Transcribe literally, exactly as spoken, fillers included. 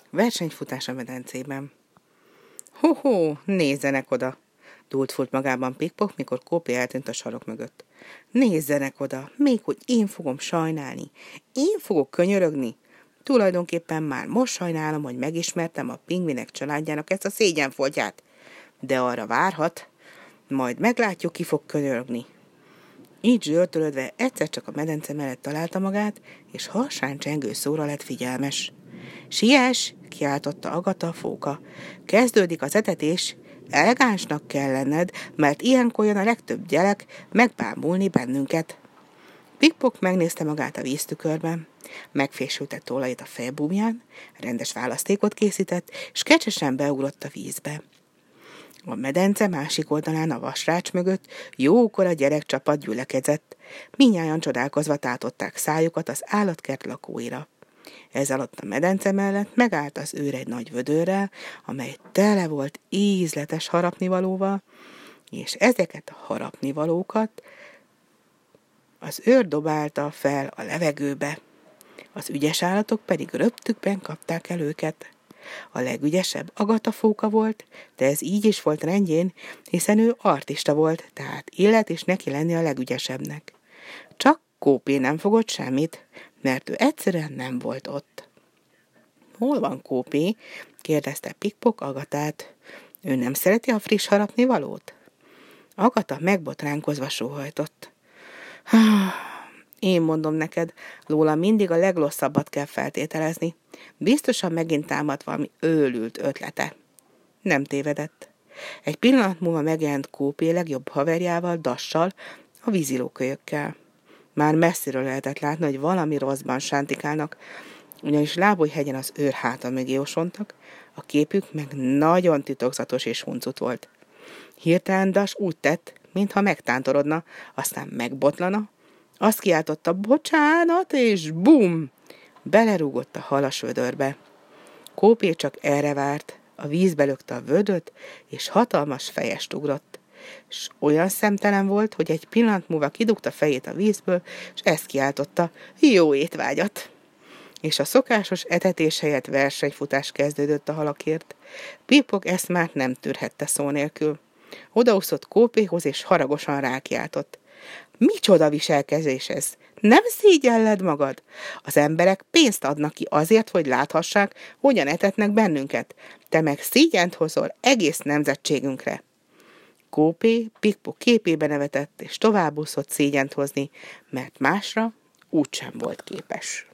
Versenyfutás a medencében. Ho-ho, nézzenek oda! Dúlt fut magában Pikpok, mikor Kópé eltűnt a sarok mögött. Nézzenek oda, még hogy én fogom sajnálni. Én fogok könyörögni. Tulajdonképpen már most sajnálom, hogy megismertem a pingvinek családjának ezt a szégyenfoltját. De arra várhat, majd meglátjuk, ki fog könyörögni. Így zsörtölödve egyszer csak a medence mellett találta magát, és harsán csengő szóra lett figyelmes. Siess, kiáltotta Agata a fóka. Kezdődik az etetés, elegánsnak kell lenned, mert ilyenkor jön a legtöbb gyerek megbámulni bennünket. Pikpok megnézte magát a víztükörben, megfésülte tollait a fejbújján, rendes választékot készített, és kecsesen beugrott a vízbe. A medence másik oldalán a vasrács mögött jókora gyerekcsapat gyülekezett, mindnyájan csodálkozva tátották szájukat az állatkert lakóira. Ez alatt a medence mellett megállt az őr egy nagy vödörrel, amely tele volt ízletes harapnivalóval, és ezeket a harapnivalókat az őr dobálta fel a levegőbe. Az ügyes állatok pedig röptükben kapták el őket. A legügyesebb Agata fóka volt, de ez így is volt rendjén, hiszen ő artista volt, tehát illet is neki lenni a legügyesebbnek. Csak Kópé nem fogott semmit, mert ő egyszerűen nem volt ott. Hol van Kópé? Kérdezte Pikpok Agatát. Ő nem szereti a friss harapnivalót? Agata megbotránkozva sóhajtott. Én mondom neked, Lóla, mindig a legrosszabbat kell feltételezni. Biztosan megint támadt valami őrült ötlete. Nem tévedett. Egy pillanat múlva megjelent Kópé legjobb haverjával, Dassal, a vízilókölyökkel. Már messziről lehetett látni, hogy valami rosszban sántikálnak, ugyanis Lábújhegyen az őr háta mögé osontak, a képük meg nagyon titokzatos és huncut volt. Hirtelen Dass úgy tett, mintha megtántorodna, aztán megbotlana, azt kiáltotta, bocsánat, és bum! Belerúgott a halas vödörbe. Kópé csak erre várt, a vízbe lökte a vödöt, és hatalmas fejest ugrott. És olyan szemtelen volt, hogy egy pillanat múlva kidugta fejét a vízből, és ezt kiáltotta, jó étvágyat! És a szokásos etetés helyett versenyfutás kezdődött a halakért. Pikpok ezt már nem tűrhette szó nélkül. Odaúszott Kópéhoz, és haragosan rákiáltott. Micsoda viselkezés ez? Nem szégyelled magad? Az emberek pénzt adnak ki azért, hogy láthassák, hogyan etetnek bennünket. Te meg szégyent hozol egész nemzetségünkre. Kópé Pikpok képébe nevetett, és továbbúszott szégyent hozni, mert másra úgysem volt képes.